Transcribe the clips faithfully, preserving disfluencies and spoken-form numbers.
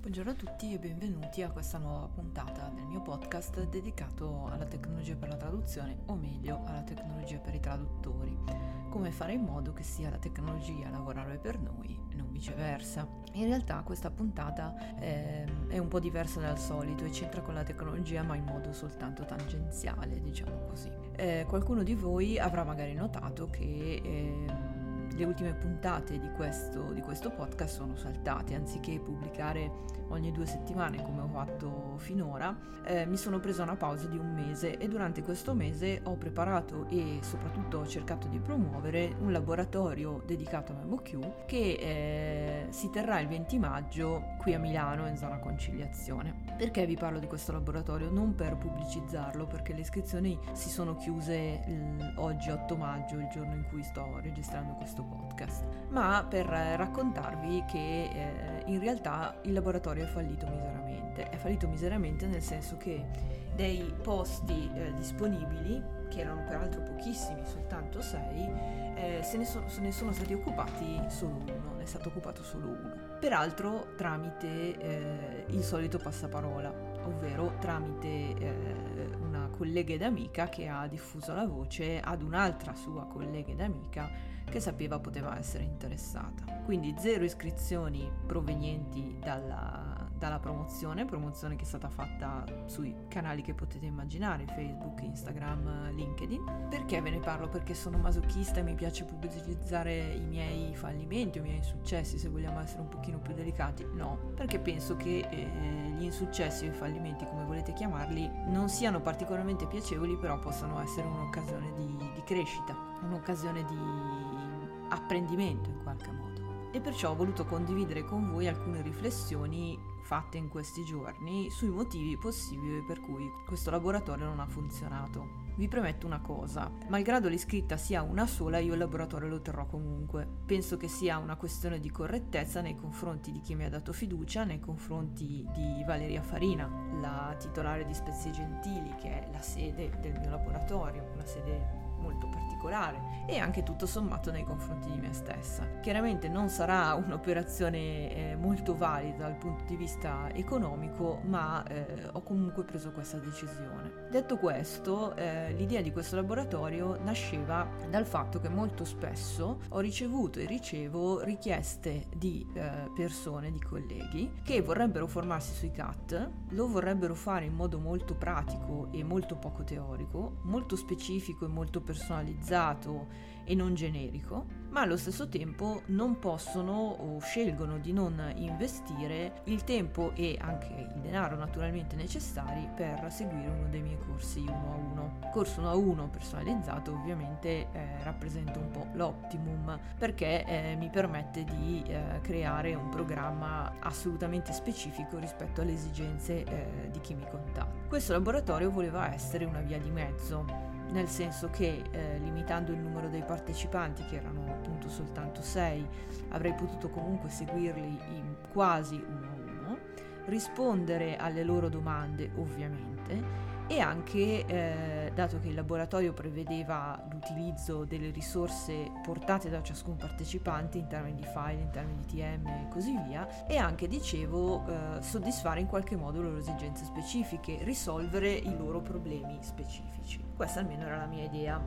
Buongiorno a tutti e benvenuti a questa nuova puntata del mio podcast dedicato alla tecnologia per la traduzione, o meglio alla tecnologia per i traduttori. Come fare in modo che sia la tecnologia a lavorare per noi e non viceversa. In realtà questa puntata è, è un po' diversa dal solito e c'entra con la tecnologia, ma in modo soltanto tangenziale, diciamo così. Eh, qualcuno di voi avrà magari notato che eh, le ultime puntate di questo, di questo podcast sono saltate. Anziché pubblicare ogni due settimane come ho fatto finora, eh, mi sono presa una pausa di un mese e durante questo mese ho preparato e soprattutto ho cercato di promuovere un laboratorio dedicato a MemoQ che eh, si terrà il venti maggio qui a Milano in zona Conciliazione. Perché vi parlo di questo laboratorio? Non per pubblicizzarlo, perché le iscrizioni si sono chiuse l- oggi otto maggio, il giorno in cui sto registrando questo podcast, ma per raccontarvi che eh, in realtà il laboratorio è fallito miseramente. È fallito miseramente nel senso che dei posti eh, disponibili, che erano peraltro pochissimi, soltanto sei, eh, se, ne so- se ne sono stati occupati solo uno, ne è stato occupato solo uno. Peraltro tramite eh, il solito passaparola, ovvero tramite eh, una collega ed amica che ha diffuso la voce ad un'altra sua collega ed amica che sapeva poteva essere interessata. Quindi zero iscrizioni provenienti dalla, dalla promozione, promozione che è stata fatta sui canali che potete immaginare, Facebook, Instagram, LinkedIn. Perché ve ne parlo? Perché sono masochista e mi piace pubblicizzare i miei fallimenti o i miei insuccessi, se vogliamo essere un pochino più delicati? No, perché penso che eh, gli insuccessi o i fallimenti, come volete chiamarli, non siano particolarmente piacevoli, però possano essere un'occasione di, di crescita, un'occasione di apprendimento in qualche modo. E perciò ho voluto condividere con voi alcune riflessioni fatte in questi giorni sui motivi possibili per cui questo laboratorio non ha funzionato. Vi premetto una cosa: malgrado l'iscritta sia una sola, io il laboratorio lo terrò comunque. Penso che sia una questione di correttezza nei confronti di chi mi ha dato fiducia, nei confronti di Valeria Farina, la titolare di Spezie Gentili, che è la sede del mio laboratorio, una sede molto particolare, e anche tutto sommato nei confronti di me stessa. Chiaramente non sarà un'operazione eh, molto valida dal punto di vista economico, ma eh, ho comunque preso questa decisione. Detto questo, eh, l'idea di questo laboratorio nasceva dal fatto che molto spesso ho ricevuto e ricevo richieste di eh, persone, di colleghi, che vorrebbero formarsi sui C A T, lo vorrebbero fare in modo molto pratico e molto poco teorico, molto specifico e molto personalizzato e non generico, ma allo stesso tempo non possono o scelgono di non investire il tempo e anche il denaro naturalmente necessari per seguire uno dei miei corsi uno a uno. Corso uno a uno personalizzato ovviamente eh, rappresenta un po' l'optimum, perché eh, mi permette di eh, creare un programma assolutamente specifico rispetto alle esigenze eh, di chi mi contatta. Questo laboratorio voleva essere una via di mezzo, nel senso che eh, limitando il numero dei partecipanti, che erano appunto soltanto sei, avrei potuto comunque seguirli in quasi uno a uno, rispondere alle loro domande ovviamente, e anche eh, dato che il laboratorio prevedeva l'utilizzo delle risorse portate da ciascun partecipante in termini di file, in termini di T M e così via, e anche, dicevo, eh, soddisfare in qualche modo le loro esigenze specifiche, risolvere i loro problemi specifici. Questa almeno era la mia idea.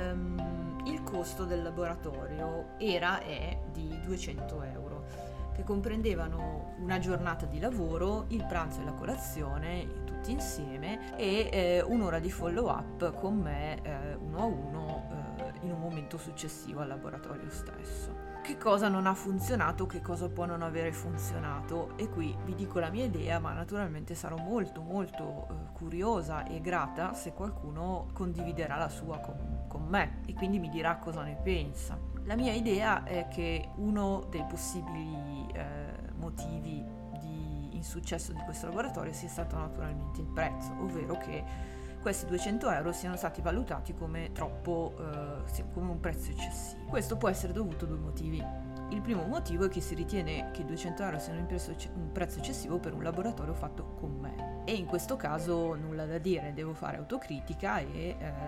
Um, il costo del laboratorio era e di duecento euro, che comprendevano una giornata di lavoro, il pranzo e la colazione tutti insieme, e eh, un'ora di follow up con me eh, uno a uno eh, in un momento successivo al laboratorio stesso. Che cosa non ha funzionato, che cosa può non avere funzionato, e qui vi dico la mia idea, ma naturalmente sarò molto molto eh, curiosa e grata se qualcuno condividerà la sua con, con me e quindi mi dirà cosa ne pensa. La mia idea è che uno dei possibili eh, motivi di insuccesso di questo laboratorio sia stato naturalmente il prezzo, ovvero che questi duecento euro siano stati valutati come troppo, eh, come un prezzo eccessivo. Questo può essere dovuto a due motivi. Il primo motivo è che si ritiene che duecento euro siano un prezzo, un prezzo eccessivo per un laboratorio fatto con me, e in questo caso nulla da dire, devo fare autocritica e eh,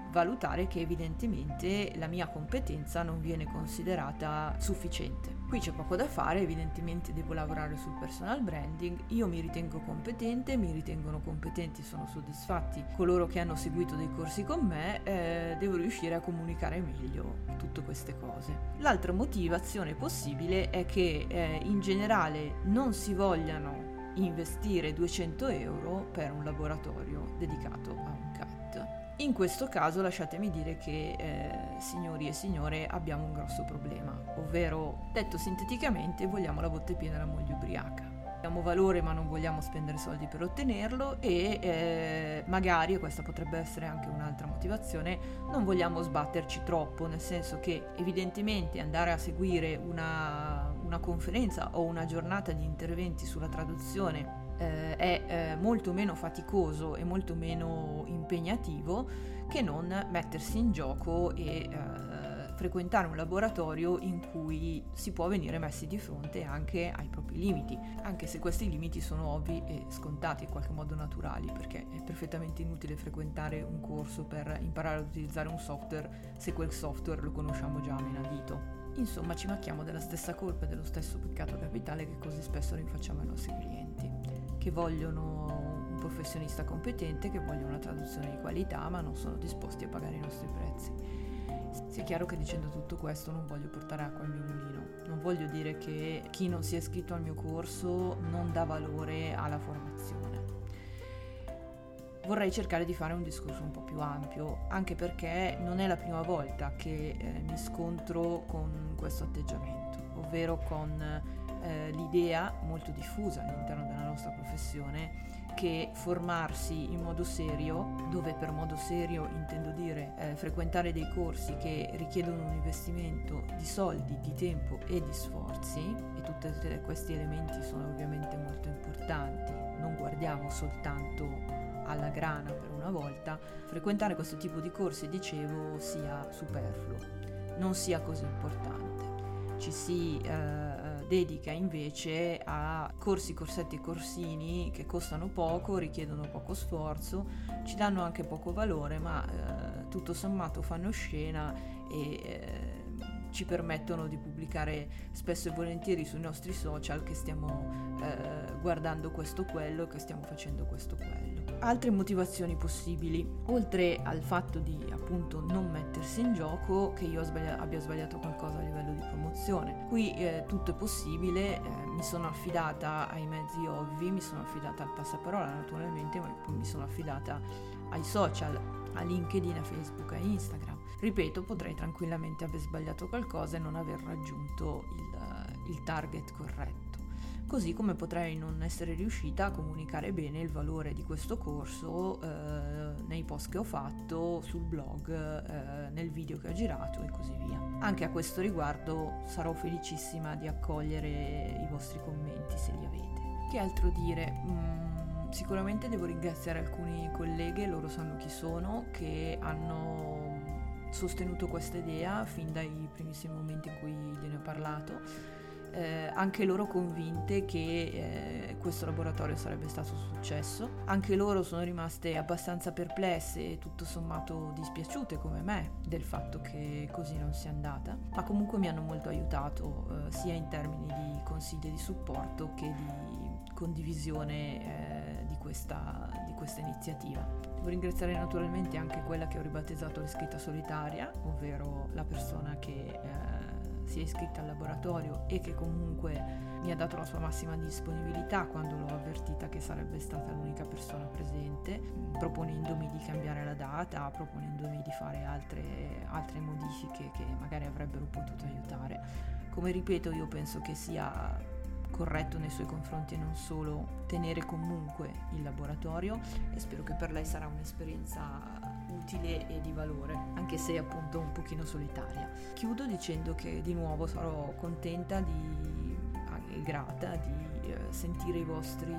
valutare che evidentemente la mia competenza non viene considerata sufficiente. Qui c'è poco da fare, evidentemente devo lavorare sul personal branding, io mi ritengo competente, mi ritengono competenti, sono soddisfatti coloro che hanno seguito dei corsi con me, eh, devo riuscire a comunicare meglio tutte queste cose. L'altra motivazione possibile è che eh, in generale non si vogliano investire duecento euro per un laboratorio dedicato a un C A T. In questo caso lasciatemi dire che eh, signori e signore abbiamo un grosso problema, ovvero, detto sinteticamente, vogliamo la botte piena e la moglie ubriaca. Abbiamo valore ma non vogliamo spendere soldi per ottenerlo e eh, magari, e questa potrebbe essere anche un'altra motivazione, non vogliamo sbatterci troppo, nel senso che evidentemente andare a seguire una, una conferenza o una giornata di interventi sulla traduzione eh, è eh, molto meno faticoso e molto meno impegnativo che non mettersi in gioco e eh, frequentare un laboratorio in cui si può venire messi di fronte anche ai propri limiti, anche se questi limiti sono ovvi e scontati, in qualche modo naturali, perché è perfettamente inutile frequentare un corso per imparare ad utilizzare un software se quel software lo conosciamo già a menadito. Insomma, ci macchiamo della stessa colpa e dello stesso peccato capitale che così spesso rinfacciamo ai nostri clienti, che vogliono un professionista competente, che vogliono una traduzione di qualità, ma non sono disposti a pagare i nostri prezzi. Sia chiaro che dicendo tutto questo non voglio portare acqua al mio mulino, non voglio dire che chi non si è iscritto al mio corso non dà valore alla formazione. Vorrei cercare di fare un discorso un po' più ampio, anche perché non è la prima volta che eh, mi scontro con questo atteggiamento, ovvero con eh, l'idea molto diffusa all'interno della nostra professione che formarsi in modo serio, dove per modo serio intendo dire eh, frequentare dei corsi che richiedono un investimento di soldi, di tempo e di sforzi, e tutti questi elementi sono ovviamente molto importanti, non guardiamo soltanto alla grana per una volta, frequentare questo tipo di corsi, dicevo, sia superfluo, non sia così importante. Ci si eh, dedica invece a corsi, corsetti e corsini che costano poco, richiedono poco sforzo, ci danno anche poco valore, ma eh, tutto sommato fanno scena e eh, ci permettono di pubblicare spesso e volentieri sui nostri social che stiamo eh, guardando questo o quello, che stiamo facendo questo o quello. Altre motivazioni possibili, oltre al fatto di appunto non mettersi in gioco, che io sbaglia- abbia sbagliato qualcosa a livello di promozione. Qui eh, tutto è possibile, eh, mi sono affidata ai mezzi ovvi, mi sono affidata al passaparola naturalmente, ma poi mi sono affidata ai social, a LinkedIn, a Facebook, a Instagram. Ripeto, potrei tranquillamente aver sbagliato qualcosa e non aver raggiunto il, il target corretto. Così come potrei non essere riuscita a comunicare bene il valore di questo corso eh, nei post che ho fatto, sul blog, eh, nel video che ho girato e così via. Anche a questo riguardo sarò felicissima di accogliere i vostri commenti se li avete. Che altro dire? Mm, sicuramente devo ringraziare alcuni colleghe, loro sanno chi sono, che hanno sostenuto questa idea fin dai primissimi momenti in cui gliene ho parlato. Eh, anche loro convinte che eh, questo laboratorio sarebbe stato un successo, anche loro sono rimaste abbastanza perplesse e tutto sommato dispiaciute come me del fatto che così non sia andata, ma comunque mi hanno molto aiutato eh, sia in termini di consigli e di supporto che di condivisione eh, di questa, di questa iniziativa. Devo ringraziare naturalmente anche quella che ho ribattezzato l'iscritta solitaria, ovvero la persona che eh, si è iscritta al laboratorio e che comunque mi ha dato la sua massima disponibilità quando l'ho avvertita che sarebbe stata l'unica persona presente, proponendomi di cambiare la data, proponendomi di fare altre, altre modifiche che magari avrebbero potuto aiutare. Come ripeto, io penso che sia corretto nei suoi confronti e non solo tenere comunque il laboratorio, e spero che per lei sarà un'esperienza utile e di valore, anche se appunto un pochino solitaria. Chiudo dicendo che di nuovo sarò contenta di, e grata di eh, sentire i vostri,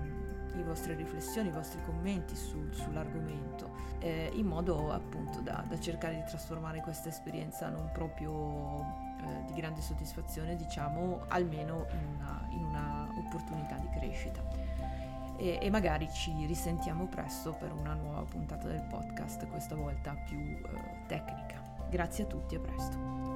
i vostre riflessioni, i vostri commenti sul, sull'argomento, eh, in modo appunto da, da cercare di trasformare questa esperienza non proprio eh, di grande soddisfazione, diciamo, almeno in una, in una opportunità di crescita. e, e magari ci risentiamo presto per una nuova puntata del podcast, questa volta più eh, tecnica. Grazie a tutti, a presto.